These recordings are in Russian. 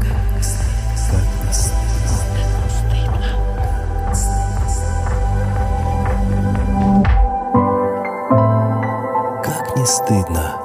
Как не стыдно.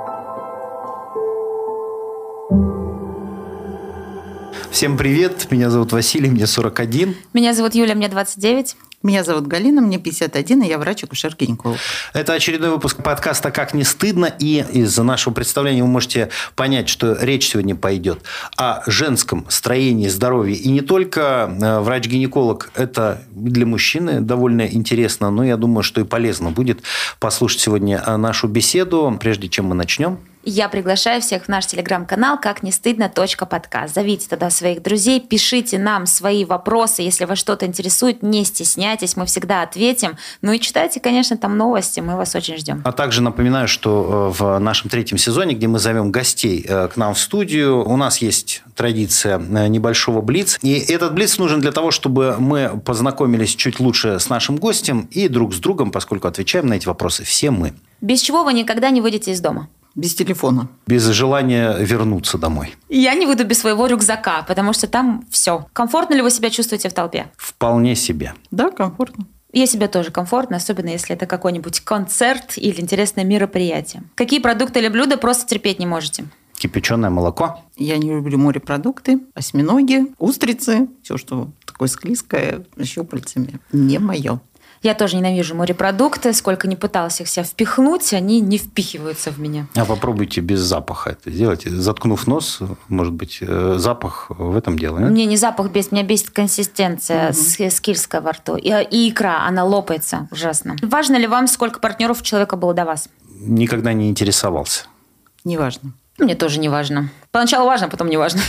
Всем привет, меня зовут Василий, мне 41. Меня зовут Юля, мне 29. Меня зовут Галина, мне 51, и я врач-акушер-гинеколог. Это очередной выпуск подкаста «Как не стыдно». И из нашего представления вы можете понять, что речь сегодня пойдет о женском строении здоровья. И не только врач-гинеколог. Это для мужчины довольно интересно, но я думаю, что и полезно будет послушать сегодня нашу беседу. Прежде чем мы начнем, Я приглашаю всех в наш телеграм-канал «Как не стыдно. Подкаст». Зовите туда своих друзей, пишите нам свои вопросы. Если вас что-то интересует, не стесняйтесь, мы всегда ответим. Ну и читайте, конечно, там новости, мы вас очень ждем. А также напоминаю, что в нашем 3-м сезоне, где мы зовем гостей к нам в студию, у нас есть традиция небольшого блиц. И этот блиц нужен для того, чтобы мы познакомились чуть лучше с нашим гостем и друг с другом, поскольку отвечаем на эти вопросы все мы. Без чего вы никогда не выйдете из дома? Без телефона. Без желания вернуться домой. Я не выйду без своего рюкзака, потому что там все. Комфортно ли вы себя чувствуете в толпе? Вполне себе. Да, комфортно. Я себя тоже комфортно, особенно если это какой-нибудь концерт или интересное мероприятие. Какие продукты или блюда просто терпеть не можете? Кипяченое молоко. Я не люблю морепродукты, осьминоги, устрицы, все, что такое склизкое, с щупальцами. Не мое. Я тоже ненавижу морепродукты. Сколько не пыталась их себя впихнуть, они не впихиваются в меня. А попробуйте без запаха это сделать. Заткнув нос, может быть, запах в этом дело. Нет? Мне не запах бесит, меня бесит консистенция скильская во рту. И икра, она лопается ужасно. Важно ли вам, сколько партнеров у человека было до вас? Никогда не интересовался. Неважно. Мне тоже не важно. Поначалу важно, потом не важно.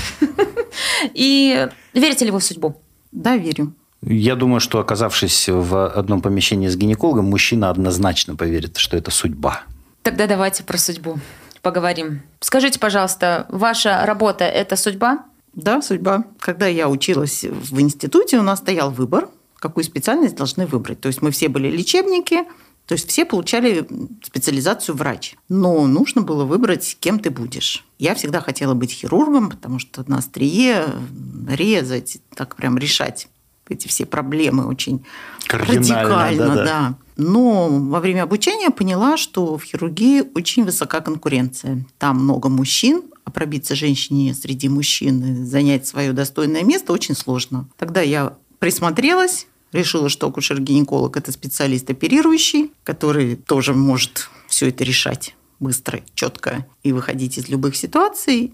И верите ли вы в судьбу? Да, верю. Я думаю, что, оказавшись в одном помещении с гинекологом, мужчина однозначно поверит, что это судьба. Тогда давайте про судьбу поговорим. Скажите, пожалуйста, ваша работа – это судьба? Да, судьба. Когда я училась в институте, у нас стоял выбор, какую специальность должны выбрать. То есть мы все были лечебники, то есть все получали специализацию врач. Но нужно было выбрать, кем ты будешь. Я всегда хотела быть хирургом, потому что на острие резать, так прям решать эти все проблемы очень радикально. Да. Но во время обучения поняла, что в хирургии очень высока конкуренция. Там много мужчин, а пробиться женщине среди мужчин и занять свое достойное место очень сложно. Тогда я присмотрелась, решила, что акушер-гинеколог – это специалист оперирующий, который тоже может все это решать быстро, четко и выходить из любых ситуаций.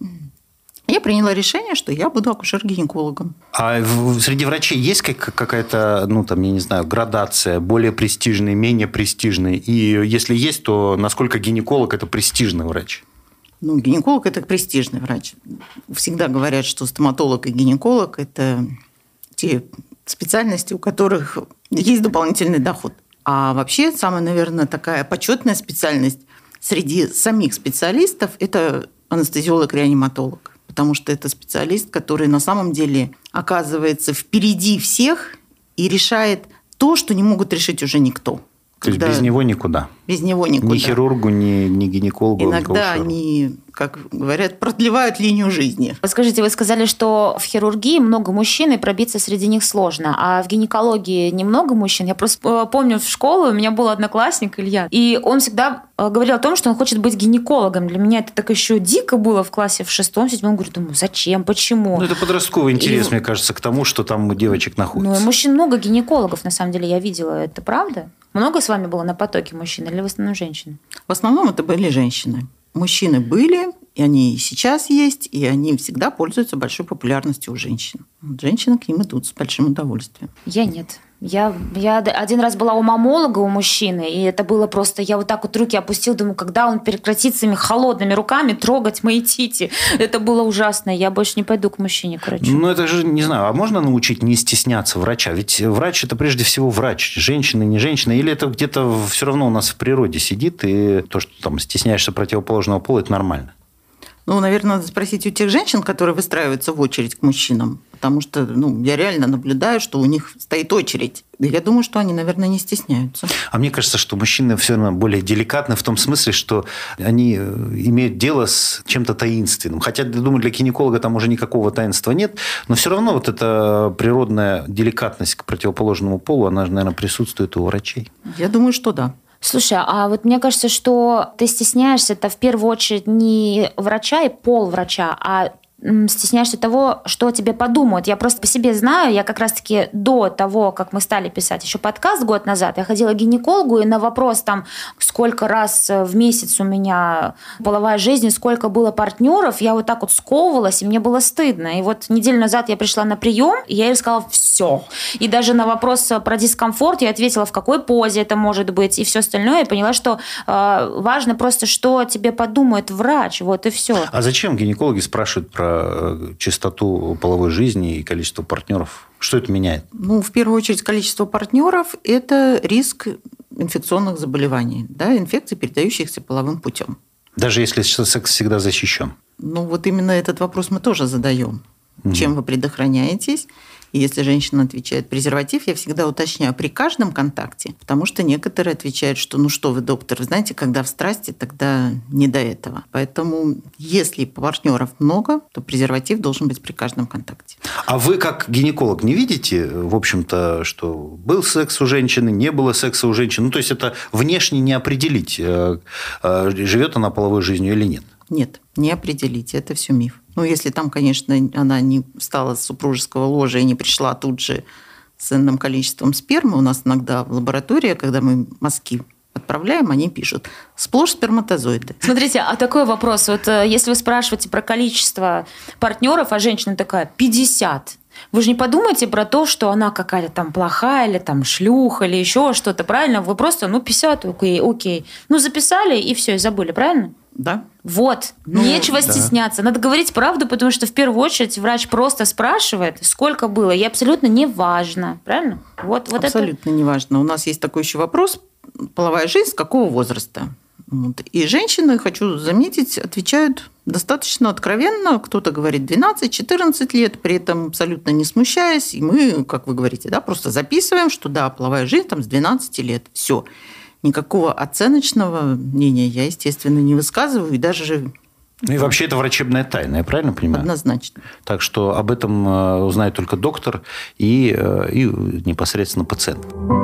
Я приняла решение, что я буду акушер-гинекологом. А среди врачей есть какая-то, я не знаю, градация, более престижный, менее престижный? И если есть, то насколько гинеколог – это престижный врач? Гинеколог – это престижный врач. Всегда говорят, что стоматолог и гинеколог – это те специальности, у которых есть дополнительный доход. А вообще, самая, наверное, такая почетная специальность среди самих специалистов – это анестезиолог-реаниматолог. Потому что это специалист, который на самом деле оказывается впереди всех и решает то, что не могут решить уже никто. То есть без него никуда? Без него никуда. Ни хирургу, ни гинекологу. Иногда они, как говорят, продлевают линию жизни. Скажите, вы сказали, что в хирургии много мужчин, и пробиться среди них сложно. А в гинекологии немного мужчин? Я просто помню, в школе у меня был одноклассник Илья, и он всегда говорил о том, что он хочет быть гинекологом. Для меня это так еще дико было в классе в 6-7. Говорю, думаю, зачем, почему? Это подростковый интерес, мне кажется, к тому, что там у девочек находится. И мужчин много гинекологов, на самом деле, я видела. Это правда? Много с вами было на потоке мужчин или в основном женщин? В основном это были женщины. Мужчины были, и они и сейчас есть, и они всегда пользуются большой популярностью у женщин. Женщины к ним идут с большим удовольствием. Я нет. Я один раз была у мамолога, у мужчины, и это было просто... Я вот так вот руки опустила, думаю, когда он прекратит своими холодными руками трогать мои тити. Это было ужасно. Я больше не пойду к мужчине, к врачу. Это же, не знаю, а можно научить не стесняться врача? Ведь врач – это прежде всего врач. Женщина, не женщина. Или это где-то все равно у нас в природе сидит, и то, что там стесняешься противоположного пола, это нормально? Ну, наверное, надо спросить у тех женщин, которые выстраиваются в очередь к мужчинам. Потому что я реально наблюдаю, что у них стоит очередь. И я думаю, что они, наверное, не стесняются. А мне кажется, что мужчины все равно более деликатны в том смысле, что они имеют дело с чем-то таинственным. Хотя, я думаю, для гинеколога там уже никакого таинства нет. Но все равно вот эта природная деликатность к противоположному полу, она же, наверное, присутствует у врачей. Я думаю, что да. Слушай, а вот мне кажется, что ты стесняешься это в первую очередь не врача и пол врача, а стесняешься того, что о тебе подумают. Я просто по себе знаю, я как раз-таки до того, как мы стали писать еще подкаст год назад, я ходила к гинекологу, и на вопрос там, сколько раз в месяц у меня половая жизнь, сколько было партнеров, я вот так вот сковывалась, и мне было стыдно. И вот неделю назад я пришла на прием, и я ей сказала все. И даже на вопрос про дискомфорт я ответила, в какой позе это может быть, и все остальное. Я поняла, что важно просто, что о тебе подумает врач, вот и все. А зачем гинекологи спрашивают про частоту половой жизни и количество партнеров? Что это меняет? Ну, в первую очередь, количество партнеров – это риск инфекционных заболеваний, да, инфекций, передающихся половым путем. Даже если секс всегда защищен? Ну, вот именно этот вопрос мы тоже задаем. Чем вы предохраняетесь? И если женщина отвечает презерватив, я всегда уточняю при каждом контакте, потому что некоторые отвечают, что ну что вы, доктор, вы знаете, когда в страсти, тогда не до этого. Поэтому если партнеров много, то презерватив должен быть при каждом контакте. А вы как гинеколог не видите, в общем-то, что был секс у женщины, не было секса у женщины? Ну, то есть это внешне не определить, живет она половой жизнью или нет? Нет, не определить, это все миф. Ну, если там, конечно, она не встала с супружеского ложа и не пришла тут же с энным количеством спермы. У нас иногда в лаборатории, когда мы мазки отправляем, они пишут сплошь сперматозоиды. Смотрите, а такой вопрос. Вот если вы спрашиваете про количество партнеров, а женщина такая 50, вы же не подумайте про то, что она какая-то там плохая, или там шлюха, или еще что-то, правильно? Вы просто, 50, окей. Записали, и все, и забыли, правильно? Да. Вот, нечего стесняться. Надо говорить правду, потому что в первую очередь врач просто спрашивает, сколько было, и абсолютно не важно, правильно? Вот абсолютно это... не важно. У нас есть такой еще вопрос, половая жизнь с какого возраста? И женщины, хочу заметить, отвечают достаточно откровенно. Кто-то говорит 12-14 лет, при этом абсолютно не смущаясь. И мы, как вы говорите, просто записываем, что да, половая жизнь там с 12 лет. Все. Никакого оценочного мнения я, естественно, не высказываю. И даже... Ну и вообще это врачебная тайна, я правильно понимаю? Однозначно. Так что об этом узнает только доктор и непосредственно пациент.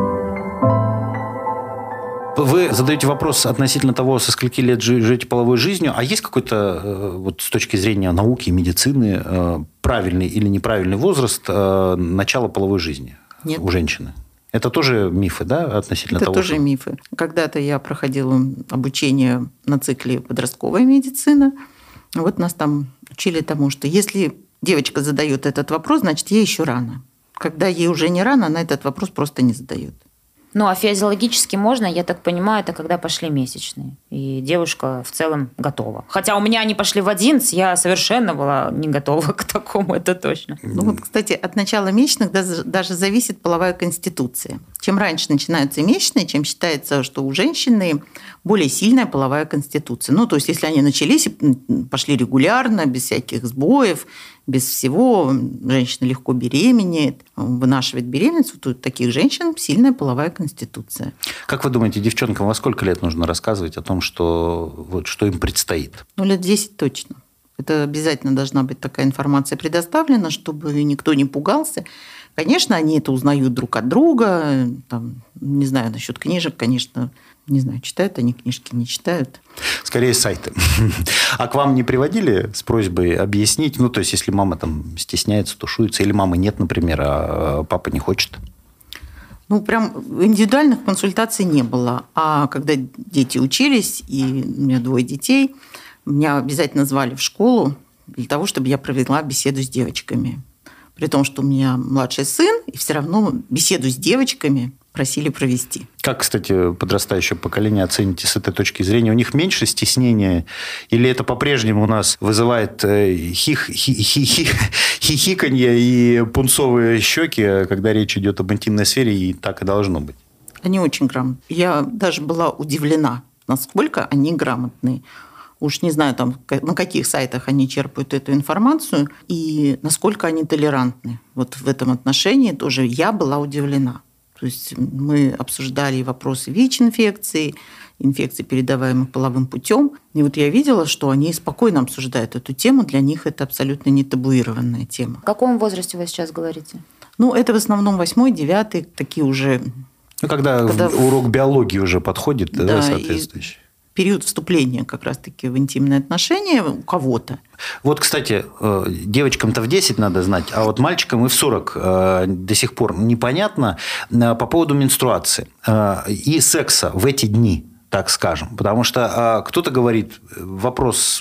Вы задаете вопрос относительно того, со скольки лет живете половой жизнью, а есть какой-то, вот с точки зрения науки, медицины, правильный или неправильный возраст начала половой жизни Нет. у женщины? Это тоже мифы, да, относительно того? Это тоже мифы. Когда-то я проходила обучение на цикле подростковая медицина. Вот нас там учили тому, что если девочка задает этот вопрос, значит, ей еще рано. Когда ей уже не рано, она этот вопрос просто не задает. Ну, а физиологически можно, я так понимаю, это когда пошли месячные. И девушка в целом готова. Хотя у меня они пошли в 11, я совершенно была не готова к такому, это точно. Ну вот, кстати, от начала месячных даже зависит половая конституция. Чем раньше начинаются месячные, чем считается, что у женщины более сильная половая конституция. Ну, то есть, если они начались и пошли регулярно, без всяких сбоев, без всего, женщина легко беременеет, вынашивает беременность, у таких женщин сильная половая конституция. Как вы думаете, девчонкам во сколько лет нужно рассказывать о том, что им предстоит? Лет 10 точно. Это обязательно должна быть такая информация предоставлена, чтобы никто не пугался. Конечно, они это узнают друг от друга. Там, не знаю, насчет книжек, конечно, не знаю, читают они книжки, не читают. Скорее, сайты. А к вам не приводили с просьбой объяснить? Ну, то есть, если мама там стесняется, тушуется, или мамы нет, например, а папа не хочет? Ну, прям индивидуальных консультаций не было. А когда дети учились, и у меня 2 детей, меня обязательно звали в школу для того, чтобы я провела беседу с девочками. При том, что у меня младший сын, и все равно беседу с девочками просили провести. Как, кстати, подрастающее поколение оцените с этой точки зрения? У них меньше стеснения? Или это по-прежнему у нас вызывает хихиканье и пунцовые щеки, когда речь идет об интимной сфере, и так и должно быть? Они очень грамотные. Я даже была удивлена, насколько они грамотные. Уж не знаю, там, на каких сайтах они черпают эту информацию и насколько они толерантны. Вот в этом отношении тоже я была удивлена. То есть мы обсуждали вопросы ВИЧ-инфекции, инфекций, передаваемых половым путем. И вот я видела, что они спокойно обсуждают эту тему. Для них это абсолютно не табуированная тема. В каком возрасте вы сейчас говорите? Это в основном 8-й, 9-й, такие уже... Когда урок биологии уже подходит, да, соответствующий. Период вступления как раз-таки в интимные отношения у кого-то. Вот, кстати, девочкам-то в 10 надо знать, а вот мальчикам и в 40 до сих пор непонятно по поводу менструации и секса в эти дни, так скажем. Потому что кто-то говорит, вопрос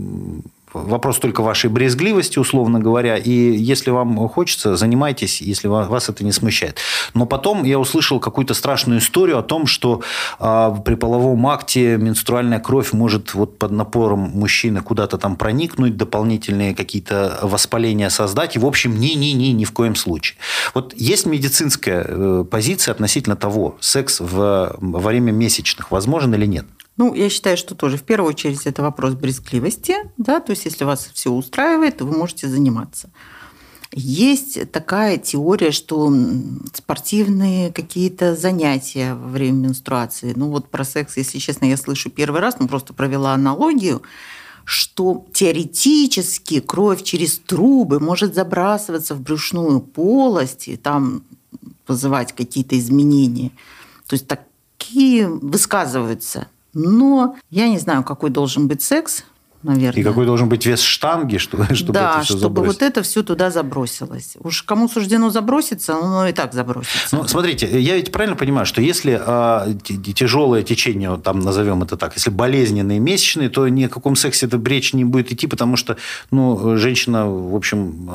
только вашей брезгливости, условно говоря, и если вам хочется, занимайтесь, если вас это не смущает. Но потом я услышал какую-то страшную историю о том, что при половом акте менструальная кровь может вот под напором мужчины куда-то там проникнуть, дополнительные какие-то воспаления создать, и, в общем, ни в коем случае. Вот есть медицинская позиция относительно того, секс во время месячных возможен или нет? Я считаю, что тоже в первую очередь это вопрос брезгливости. Да? То есть, если вас все устраивает, то вы можете заниматься. Есть такая теория, что спортивные какие-то занятия во время менструации, про секс, если честно, я слышу первый раз, просто провела аналогию, что теоретически кровь через трубы может забрасываться в брюшную полость и там вызывать какие-то изменения. То есть, такие высказываются. Но я не знаю, какой должен быть секс, наверное. И какой должен быть вес штанги, чтобы это все забросить. Чтобы вот это все туда забросилось. Уж кому суждено заброситься, оно и так забросится. Смотрите, я ведь правильно понимаю, что если тяжелое течение, там назовем это так, если болезненные месячные, то ни о каком сексе речь не будет идти, потому что женщина, в общем,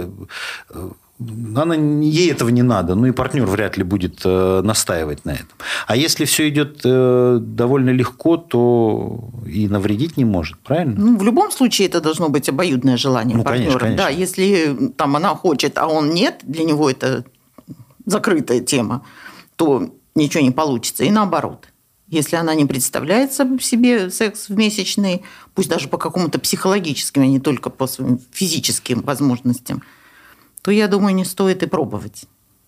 ей этого не надо, и партнер вряд ли будет настаивать на этом. А если все идет довольно легко, то и навредить не может, правильно? В любом случае это должно быть обоюдное желание партнера. Конечно. Да, если она хочет, а он нет, для него это закрытая тема, то ничего не получится. И наоборот. Если она не представляет себе секс в месячный, пусть даже по какому-то психологическим, а не только по своим физическим возможностям, то, я думаю, не стоит и пробовать.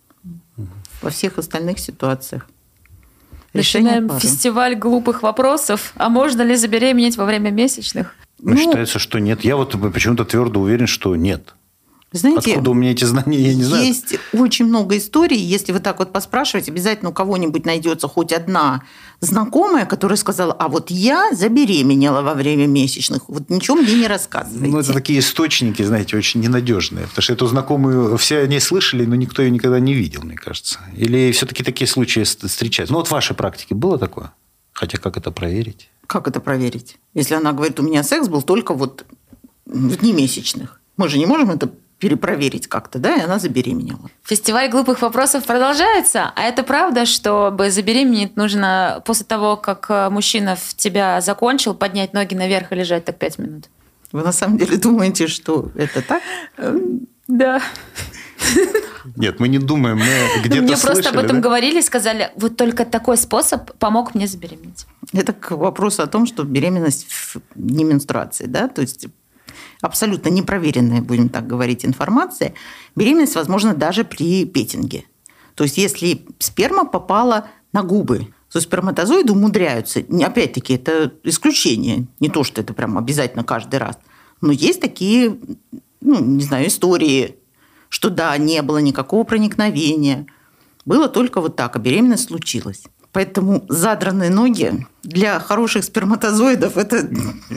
Во всех остальных ситуациях. Начинаем фестиваль глупых вопросов. А можно ли забеременеть во время месячных? Считается, что нет. Я почему-то твердо уверен, что нет. Знаете, откуда у меня эти знания, я не знаю. Есть очень много историй. Если вы так поспрашиваете, обязательно у кого-нибудь найдется хоть одна знакомая, которая сказала, а вот я забеременела во время месячных. Вот ничего мне не рассказывайте. Это такие источники, знаете, очень ненадежные. Потому что эту знакомую все о ней слышали, но никто ее никогда не видел, мне кажется. Или все-таки такие случаи встречаются? В вашей практике было такое? Хотя как это проверить? Как это проверить? Если она говорит, у меня секс был только в дни месячных. Мы же не можем это перепроверить как-то, да, и она забеременела. Фестиваль глупых вопросов продолжается. А это правда, чтобы забеременеть нужно после того, как мужчина в тебя закончил, поднять ноги наверх и лежать так 5 минут? Вы на самом деле думаете, что это так? Да. Нет, мы не думаем, мы где-то Мне слышали. просто об этом говорили, сказали, вот только такой способ помог мне забеременеть. Это к вопросу о том, что беременность не менструации, да, то есть абсолютно непроверенная, будем так говорить, информация. Беременность возможна даже при петинге. То есть, если сперма попала на губы, то сперматозоиды умудряются. Опять-таки, это исключение. Не то, что это прям обязательно каждый раз. Но есть такие, истории, что да, не было никакого проникновения. Было только вот так, а беременность случилась. Поэтому задранные ноги для хороших сперматозоидов – это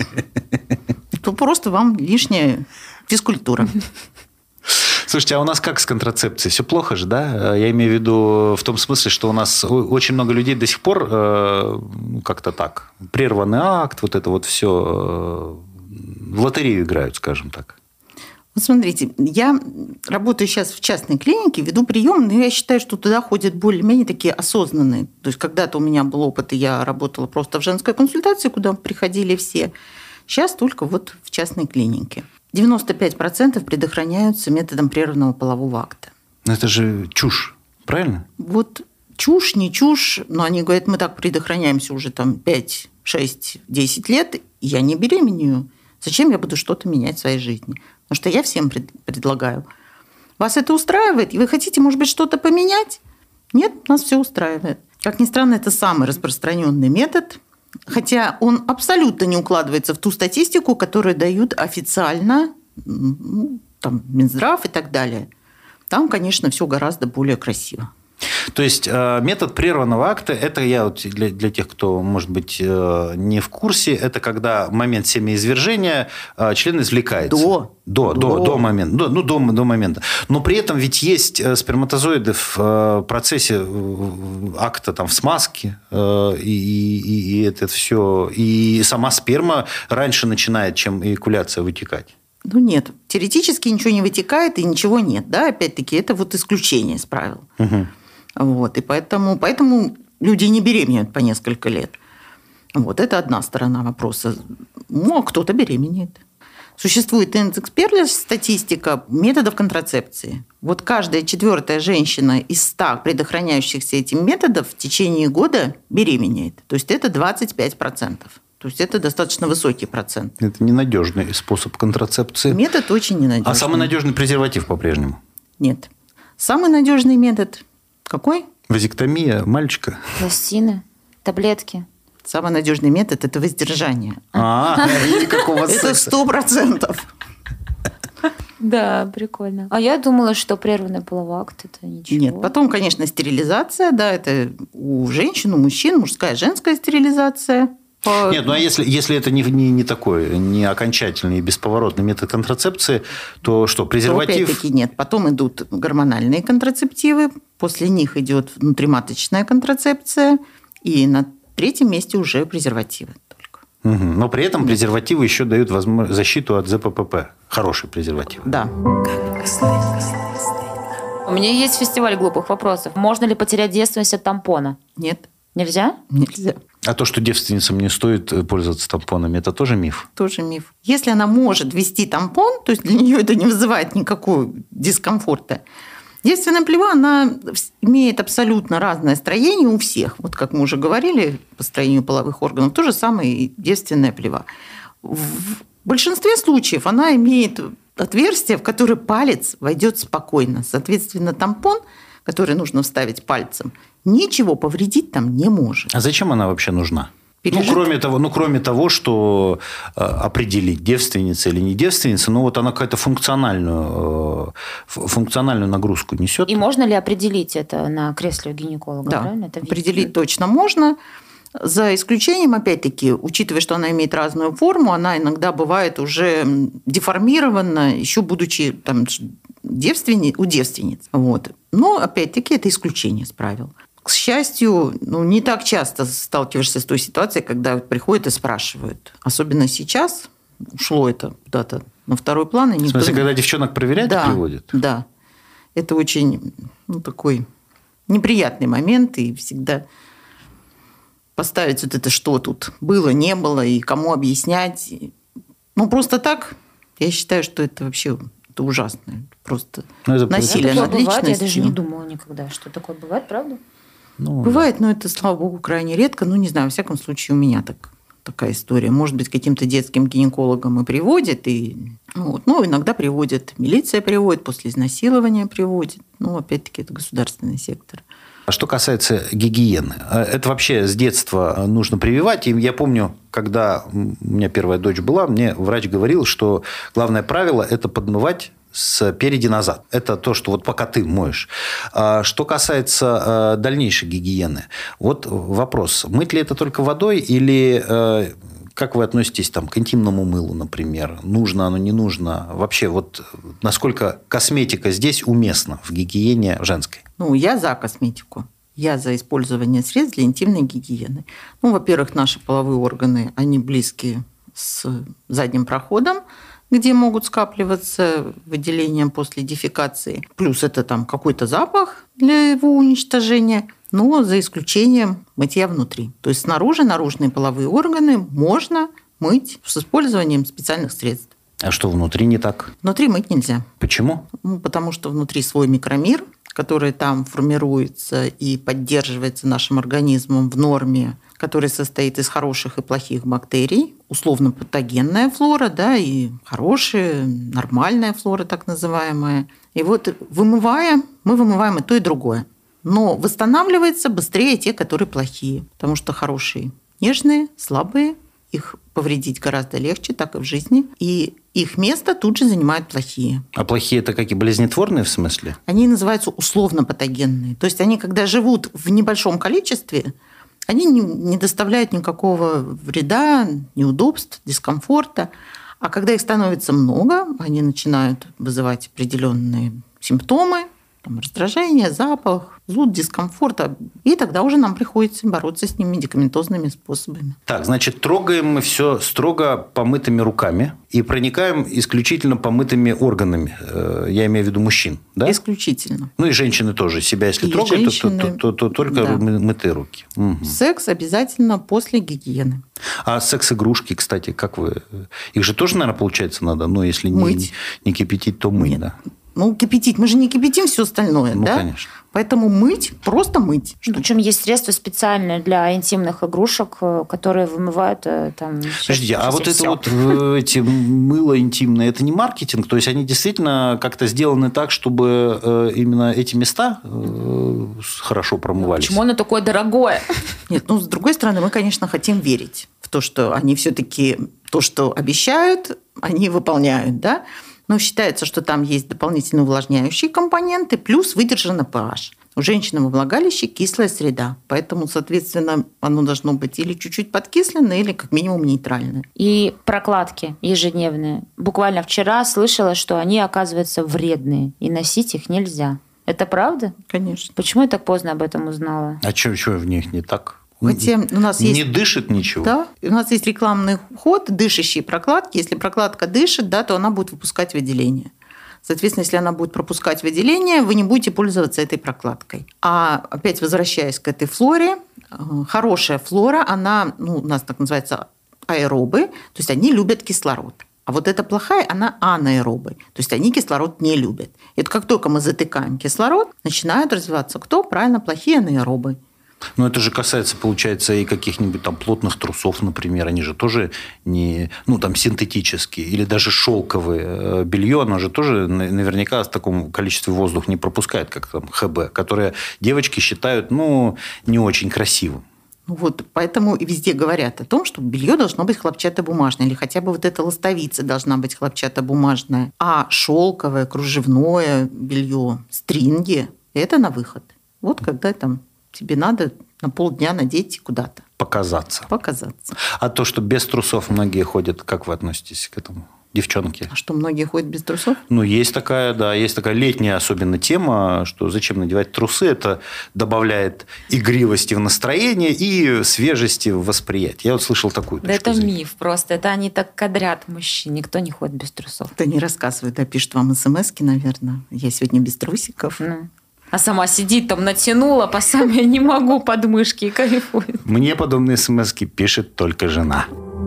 просто вам лишняя физкультура. Слушайте, а у нас как с контрацепцией? Все плохо же, да? Я имею в виду в том смысле, что у нас очень много людей до сих пор как-то так. Прерванный акт, вот это вот все в лотерею играют, скажем так. Вот смотрите, я работаю сейчас в частной клинике, веду прием, но я считаю, что туда ходят более-менее такие осознанные. То есть когда-то у меня был опыт, и я работала просто в женской консультации, куда приходили все. Сейчас только в частной клинике. 95% предохраняются методом прерванного полового акта. Но это же чушь, правильно? Чушь, не чушь, но они говорят, мы так предохраняемся уже 5, 6, 10 лет, я не беременею. Зачем я буду что-то менять в своей жизни? Потому что я всем предлагаю. Вас это устраивает? И вы хотите, может быть, что-то поменять? Нет, нас все устраивает. Как ни странно, это самый распространенный метод, хотя он абсолютно не укладывается в ту статистику, которую дают официально там, Минздрав и так далее. Там, конечно, все гораздо более красиво. То есть метод прерванного акта, это я вот для тех, кто, может быть, не в курсе, это когда в момент семяизвержения член извлекается. До момента. Но при этом ведь есть сперматозоиды в процессе акта там, в смазке, и это все, и сама сперма раньше начинает, чем эякуляция, вытекать. Ну, нет. Теоретически ничего не вытекает и ничего нет. Да? Опять-таки, это вот исключение из правил. Угу. Вот. И поэтому люди не беременеют по несколько лет. Вот. Это одна сторона вопроса. Ну, а кто-то беременеет. Существует индекс Перля, статистика методов контрацепции. Вот каждая 4-я женщина из 100 предохраняющихся этим методов в течение года беременеет. То есть это 25%. То есть это достаточно высокий процент. Это ненадежный способ контрацепции. Метод очень ненадежный. А самый надежный презерватив по-прежнему? Нет. Самый надежный метод какой? Вазэктомия мальчика. Пластины, таблетки. Самый надежный метод – это воздержание. Никакого секса. Это 100%. Да, прикольно. А я думала, что прерванный половой акт – это ничего. Нет, потом, конечно, стерилизация, да, это у женщин, у мужчин, мужская, женская стерилизация. Нет, ну а если это не такой, не окончательный и бесповоротный метод контрацепции, то что, презерватив? То опять-таки нет. Потом идут гормональные контрацептивы, после них идет внутриматочная контрацепция, и на 3-м месте уже презервативы только. Угу. Но при этом презервативы еще дают защиту от ЗППП. Хороший презерватив. Да. У меня есть фестиваль глупых вопросов. Можно ли потерять девственность от тампона? Нет. Нельзя? Нельзя. А то, что девственницам не стоит пользоваться тампонами, это тоже миф? Тоже миф. Если она может ввести тампон, то есть для нее это не вызывает никакого дискомфорта. Девственная плева, она имеет абсолютно разное строение у всех. Вот как мы уже говорили, по строению половых органов, то же самое и девственная плева. В большинстве случаев она имеет отверстие, в которое палец войдет спокойно. Соответственно, тампон, который нужно вставить пальцем, ничего повредить там не может. А зачем она вообще нужна? Кроме того, что определить, девственница или не девственница, вот она какую-то функциональную нагрузку несет. И можно ли определить это на кресле у гинеколога? Да, правильно? Это определить точно можно. За исключением, опять-таки, учитывая, что она имеет разную форму, она иногда бывает уже деформирована, еще будучи там, у девственниц. Вот. Но, опять-таки, это исключение из правил. К счастью, не так часто сталкиваешься с той ситуацией, когда приходят и спрашивают. Особенно сейчас ушло это куда-то на второй план. В смысле, когда девчонок проверять приводят? Да. Это очень такой неприятный момент. И всегда поставить вот это, что тут было, не было, и кому объяснять. Просто так, я считаю, что это вообще это ужасно. Просто насилие над личностью. Я даже не думала никогда, что такое бывает, правда? Бывает, но это, слава богу, крайне редко. Не знаю, во всяком случае, у меня такая история. Может быть, каким-то детским гинекологом и приводят. Иногда приводят, милиция приводит, после изнасилования приводит. Опять-таки, это государственный сектор. А что касается гигиены, это вообще с детства нужно прививать. И я помню, когда у меня первая дочь была, мне врач говорил, что главное правило – это подмывать спереди назад. Это то, что пока ты моешь. Что касается дальнейшей гигиены. Вопрос. Мыть ли это только водой или как вы относитесь к интимному мылу, например? Нужно оно, не нужно? Вообще, насколько косметика здесь уместна в гигиене женской? Я за косметику. Я за использование средств для интимной гигиены. Во-первых, наши половые органы, они близки с задним проходом, где могут скапливаться выделения после дефекации. Плюс это какой-то запах для его уничтожения. Но за исключением мытья внутри. То есть снаружи, наружные половые органы можно мыть с использованием специальных средств. А что внутри не так? Внутри мыть нельзя. Почему? Потому что внутри свой микромир, который там формируется и поддерживается нашим организмом в норме, который состоит из хороших и плохих бактерий, условно патогенная флора, да, и хорошая, нормальная флора, так называемая. И вот мы вымываем и то, и другое. Но восстанавливается быстрее те, которые плохие, потому что хорошие нежные, слабые, их повредить гораздо легче, так и в жизни. И их место тут же занимают плохие. А плохие это какие? Болезнетворные в смысле? Они называются условно патогенные. То есть они, когда живут в небольшом количестве, они не доставляют никакого вреда, неудобств, дискомфорта. А когда их становится много, они начинают вызывать определенные симптомы, раздражение, запах, зуд, дискомфорт. И тогда уже нам приходится бороться с ними медикаментозными способами. Так, значит, трогаем мы все строго помытыми руками и проникаем исключительно помытыми органами. Я имею в виду мужчин, да? Исключительно. Ну и женщины тоже. Себя если и трогают, женщины, то только да. мытые руки. Угу. Секс обязательно после гигиены. А секс-игрушки, кстати, как вы... Их же тоже, наверное, получается надо, но если не кипятить, то мыть, да? Ну, кипятить. Мы же не кипятим все остальное, ну, да? Конечно. Поэтому мыть, просто мыть. Причем есть средства специальные для интимных игрушек, которые вымывают там... Подождите, а вот это вот эти мыло интимное, это не маркетинг? То есть они действительно как-то сделаны так, чтобы именно эти места хорошо промывались? Почему оно такое дорогое? Нет, ну, с другой стороны, мы, конечно, хотим верить в то, что они все-таки то, что обещают, они выполняют, да? Но считается, что там есть дополнительные увлажняющие компоненты, плюс выдержан pH. У женщины во влагалище кислая среда, поэтому, соответственно, оно должно быть или чуть-чуть подкисленное, или как минимум нейтральное. И прокладки ежедневные. Буквально вчера слышала, что они, оказывается, вредные, и носить их нельзя. Это правда? Конечно. Почему я так поздно об этом узнала? А что в них не так? Хотя у нас есть... Не дышит ничего? Да. У нас есть рекламный ход, дышащие прокладки. Если прокладка дышит, да, то она будет выпускать выделение. Соответственно, если она будет пропускать выделение, вы не будете пользоваться этой прокладкой. А опять возвращаясь к этой флоре, хорошая флора, она, у нас так называется аэробы, то есть они любят кислород. А вот эта плохая, она анаэробы, то есть они кислород не любят. И это как только мы затыкаем кислород, начинают развиваться кто? Правильно, плохие анаэробы. Но это же касается, получается, и каких-нибудь там плотных трусов, например. Они же тоже не, там синтетические. Или даже шелковое белье, оно же тоже наверняка в таком количестве воздуха не пропускает, как там ХБ, которые девочки считают, не очень красивым. Вот, поэтому и везде говорят о том, что белье должно быть хлопчатобумажное, или хотя бы вот эта ластовица должна быть хлопчатобумажная. А шелковое, кружевное белье, стринги – это на выход. Вот когда там тебе надо на полдня надеть куда-то. Показаться. Показаться. А то, что без трусов многие ходят, как вы относитесь к этому? Девчонки. А что, многие ходят без трусов? Есть такая летняя особенно тема, что зачем надевать трусы, это добавляет игривости в настроение и свежести в восприятии. Я вот слышал такую точку Да это зрения. миф просто, это они так кадрят мужчин, никто не ходит без трусов. Да не рассказывают, а пишут вам смс-ки, наверное. Я сегодня без трусиков. А сама сидит там, натянула, по самой не могу подмышки и кайфует. Мне подобные смс-ки пишет только жена.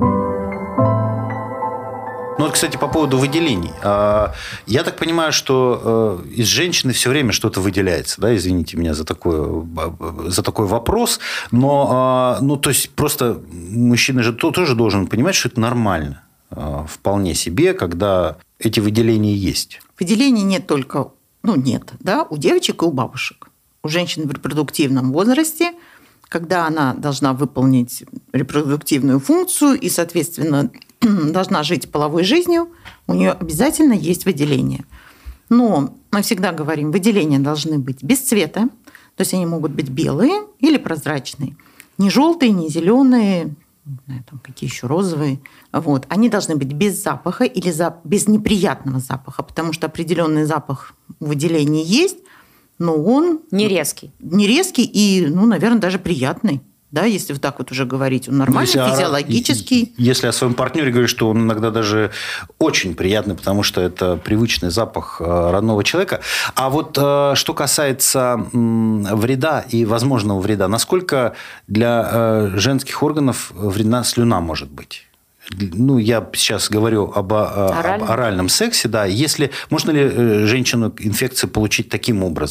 Кстати, по поводу выделений. Я так понимаю, что из женщины все время что-то выделяется. Да? Извините меня за такой вопрос. Но, то есть, просто мужчина же тоже должен понимать, что это нормально. Вполне себе, когда эти выделения есть. Выделений нет только... нет, да, у девочек и у бабушек. У женщин в репродуктивном возрасте, когда она должна выполнить репродуктивную функцию и, соответственно, должна жить половой жизнью, у нее обязательно есть выделения. Но мы всегда говорим, выделения должны быть без цвета, то есть они могут быть белые или прозрачные. Не желтые, не зеленые, не знаю, там какие еще розовые. Вот. Они должны быть без запаха или без неприятного запаха, потому что определенный запах выделений есть, но он... Не резкий. Не резкий и, наверное, даже приятный. Да, если вот так вот уже говорить, он нормальный, физиологический. Если о своем партнере говоришь, что он иногда даже очень приятный, потому что это привычный запах родного человека. А вот что касается вреда и возможного вреда, насколько для женских органов вредна слюна может быть? Я сейчас говорю об оральном сексе. Да. Можно ли женщину инфекцию получить таким образом?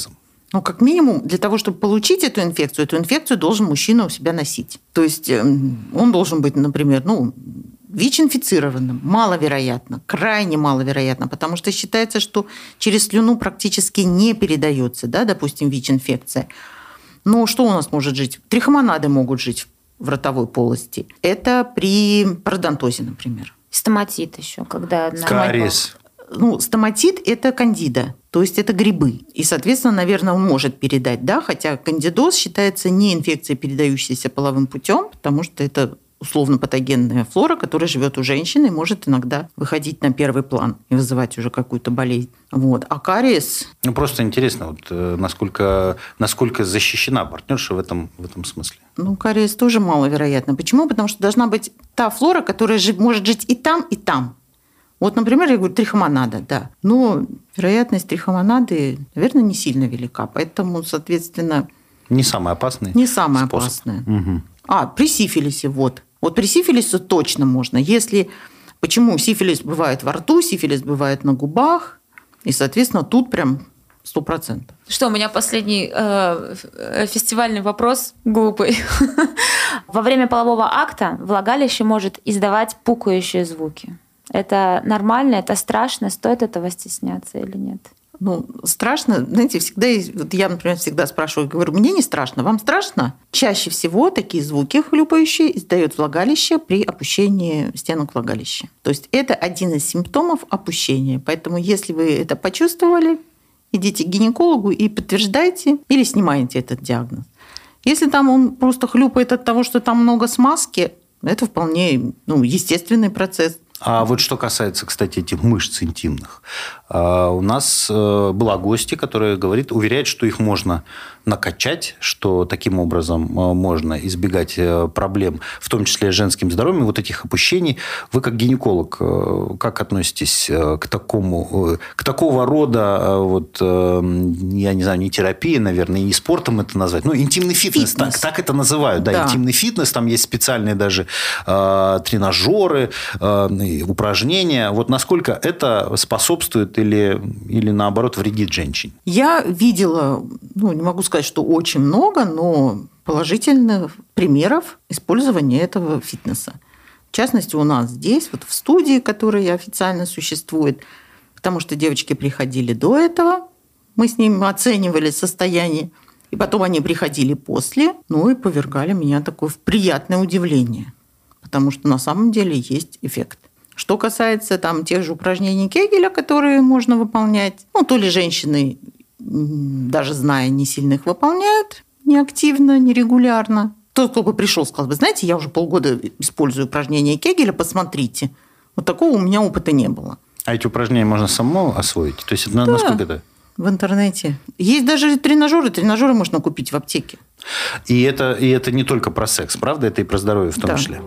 Ну, как минимум, для того, чтобы получить эту инфекцию должен мужчина у себя носить. То есть он должен быть, например, ВИЧ-инфицированным. Маловероятно, крайне маловероятно, потому что считается, что через слюну практически не передается, да, допустим, ВИЧ-инфекция. Но что у нас может жить? Трихомонады могут жить в ротовой полости. Это при пародонтозе, например. Стоматит еще, когда... Кариес. Стоматит – это кандида, то есть это грибы. И, соответственно, наверное, он может передать, да, хотя кандидоз считается не инфекцией, передающейся половым путем, потому что это условно-патогенная флора, которая живет у женщины и может иногда выходить на первый план и вызывать уже какую-то болезнь. А кариес... Просто интересно, насколько защищена партнерша в этом смысле. Кариес тоже маловероятно. Почему? Потому что должна быть та флора, которая может жить и там, и там. Например, я говорю, трихомонада, да. Но вероятность трихомонады, наверное, не сильно велика. Поэтому, соответственно... Не самый опасный Не самая способ. опасная. Угу. При сифилисе, при сифилисе точно можно. Почему сифилис бывает во рту, сифилис бывает на губах, и, соответственно, тут прям 100%. Что, у меня последний фестивальный вопрос глупый. Во время полового акта влагалище может издавать пукающие звуки. Это нормально, это страшно, стоит этого стесняться или нет? Страшно. Знаете, всегда есть... Я, например, всегда спрашиваю, говорю, мне не страшно, вам страшно? Чаще всего такие звуки хлюпающие издает влагалище при опущении стенок влагалища. То есть это один из симптомов опущения. Поэтому если вы это почувствовали, идите к гинекологу и подтверждайте или снимаете этот диагноз. Если там он просто хлюпает от того, что там много смазки, это вполне естественный процесс. А что касается, кстати, этих мышц интимных, у нас была гостья, которая уверяет, что их можно накачать, что таким образом можно избегать проблем, в том числе с женским здоровьем, этих опущений. Вы как гинеколог, как относитесь к такого рода, я не знаю, не терапия, наверное, не спортом это назвать, интимный фитнес. Так это называют, да, интимный фитнес, там есть специальные даже тренажеры, упражнения. Насколько это способствует или наоборот вредит женщине? Я видела, не могу сказать, что очень много, но положительных примеров использования этого фитнеса. В частности, у нас здесь, в студии, которая официально существует, потому что девочки приходили до этого, мы с ними оценивали состояние, и потом они приходили после, и повергали меня в приятное удивление, потому что на самом деле есть эффект. Что касается тех же упражнений Кегеля, которые можно выполнять, то ли женщины, даже зная, не сильно их выполняют, неактивно, нерегулярно. Тот, кто бы пришел, сказал, вы знаете, я уже полгода использую упражнения Кегеля, посмотрите. Такого у меня опыта не было. А эти упражнения можно самому освоить? То есть, насколько это? В интернете. Есть даже тренажеры. Тренажеры можно купить в аптеке. И это не только про секс, правда? Это и про здоровье в том числе.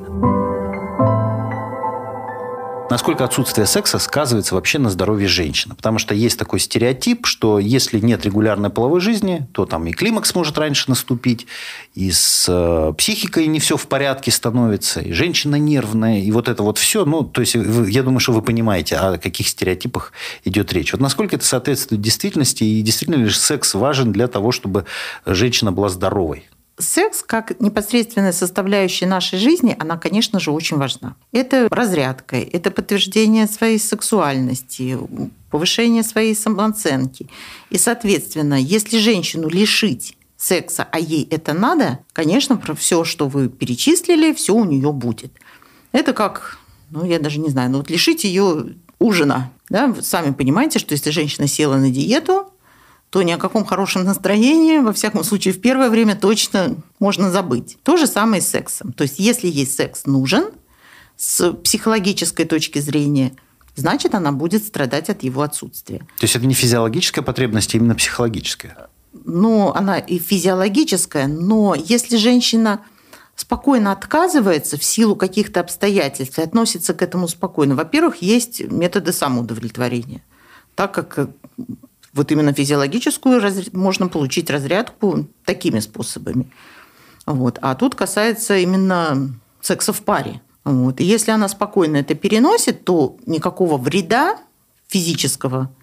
Насколько отсутствие секса сказывается вообще на здоровье женщины? Потому что есть такой стереотип, что если нет регулярной половой жизни, то и климакс может раньше наступить, и с психикой не все в порядке становится, и женщина нервная, и это все. То есть, я думаю, что вы понимаете, о каких стереотипах идет речь. Насколько это соответствует действительности, и действительно ли секс важен для того, чтобы женщина была здоровой? Секс, как непосредственная составляющая нашей жизни, она, конечно же, очень важна. Это разрядка, это подтверждение своей сексуальности, повышение своей самооценки. И, соответственно, если женщину лишить секса, а ей это надо, конечно, про все, что вы перечислили, все у нее будет. Это как, я даже не знаю, лишить ее ужина. Да? Вы сами понимаете, что если женщина села на диету, то ни о каком хорошем настроении, во всяком случае, в первое время точно можно забыть. То же самое и с сексом. То есть, если ей секс нужен, с психологической точки зрения, значит, она будет страдать от его отсутствия. То есть, это не физиологическая потребность, а именно психологическая? Она и физиологическая, но если женщина спокойно отказывается в силу каких-то обстоятельств и относится к этому спокойно, во-первых, есть методы самоудовлетворения, так как именно физиологическую можно получить разрядку такими способами. А тут касается именно секса в паре. И если она спокойно это переносит, то никакого вреда физического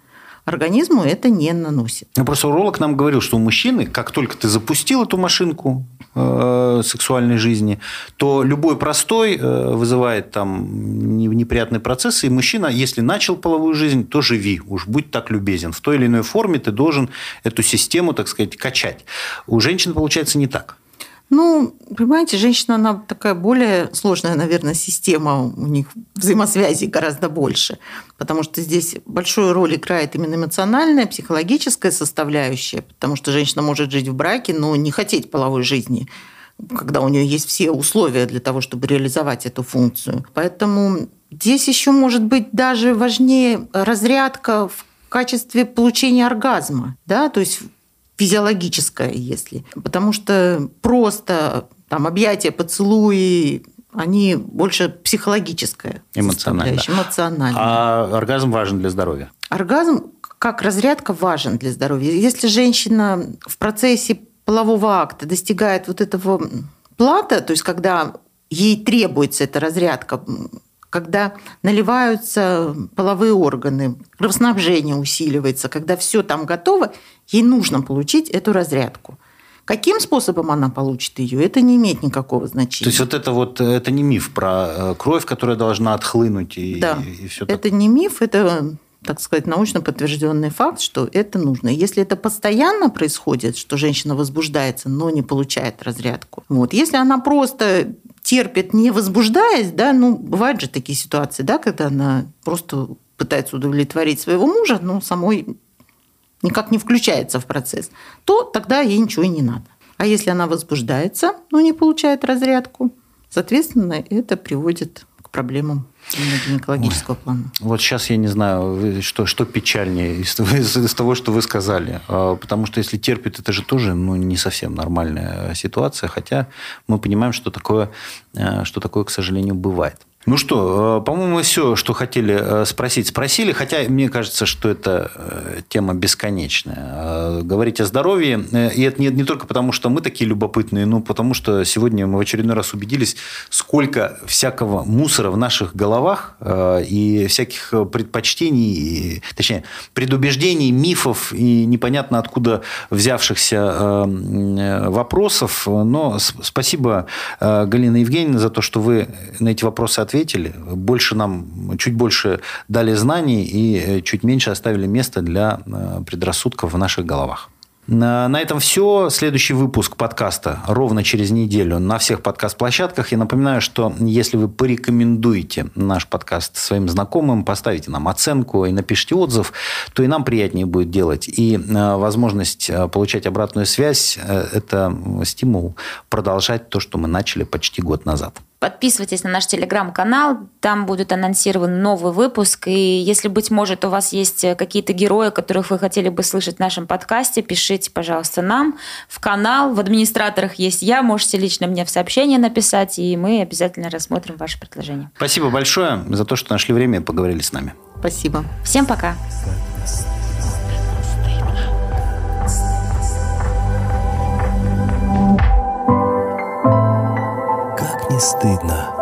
организму это не наносит. Просто уролог нам говорил, что у мужчины, как только ты запустил эту машинку сексуальной жизни, то любой простой вызывает там неприятные процессы, и мужчина, если начал половую жизнь, то живи, уж будь так любезен. В той или иной форме ты должен эту систему, так сказать, качать. У женщин получается не так. Ну, понимаете, женщина, она такая более сложная, наверное, система, у них взаимосвязи гораздо больше, потому что здесь большую роль играет именно эмоциональная, психологическая составляющая, потому что женщина может жить в браке, но не хотеть половой жизни, когда у нее есть все условия для того, чтобы реализовать эту функцию. Поэтому здесь еще может быть даже важнее разрядка в качестве получения оргазма, да, то есть физиологическое, если. Потому что просто там объятия, поцелуи, они больше психологическое. Эмоционально. А оргазм важен для здоровья? Оргазм как разрядка важен для здоровья. Если женщина в процессе полового акта достигает вот этого плата, то есть когда ей требуется эта разрядка, когда наливаются половые органы, кровоснабжение усиливается, когда все там готово, ей нужно получить эту разрядку. Каким способом она получит ее, это не имеет никакого значения. То есть это не миф про кровь, которая должна отхлынуть и все такое? Это не миф, это, так сказать, научно подтвержденный факт, что это нужно. Если это постоянно происходит, что женщина возбуждается, но не получает разрядку, если она просто терпит, не возбуждаясь, да, бывают же такие ситуации, да, когда она просто пытается удовлетворить своего мужа, но самой никак не включается в процесс, то тогда ей ничего и не надо. А если она возбуждается, но не получает разрядку, соответственно, это приводит к проблемам гинекологического плана. Вот сейчас я не знаю, что печальнее из того, что вы сказали. Потому что если терпит, это же тоже не совсем нормальная ситуация. Хотя мы понимаем, что такое, к сожалению, бывает. Ну что, по-моему, все, что хотели спросить, спросили. Хотя мне кажется, что это тема бесконечная. Говорить о здоровье. И это не только потому, что мы такие любопытные, но потому что сегодня мы в очередной раз убедились, сколько всякого мусора в наших головах и всяких предпочтений, точнее, предубеждений, мифов и непонятно откуда взявшихся вопросов. Но спасибо, Галина Евгеньевна, за то, что вы на эти вопросы ответили. Чуть больше дали знаний и чуть меньше оставили места для предрассудков в наших головах. На этом все. Следующий выпуск подкаста ровно через неделю на всех подкаст-площадках. Я напоминаю, что если вы порекомендуете наш подкаст своим знакомым, поставите нам оценку и напишите отзыв, то и нам приятнее будет делать. И возможность получать обратную связь – это стимул продолжать то, что мы начали почти год назад. Подписывайтесь на наш телеграм-канал, там будет анонсирован новый выпуск. И если, быть может, у вас есть какие-то герои, которых вы хотели бы слышать в нашем подкасте, пишите, пожалуйста, нам в канал. В администраторах есть я, можете лично мне в сообщение написать, и мы обязательно рассмотрим ваше предложение. Спасибо большое за то, что нашли время и поговорили с нами. Спасибо. Всем пока. Как не стыдно.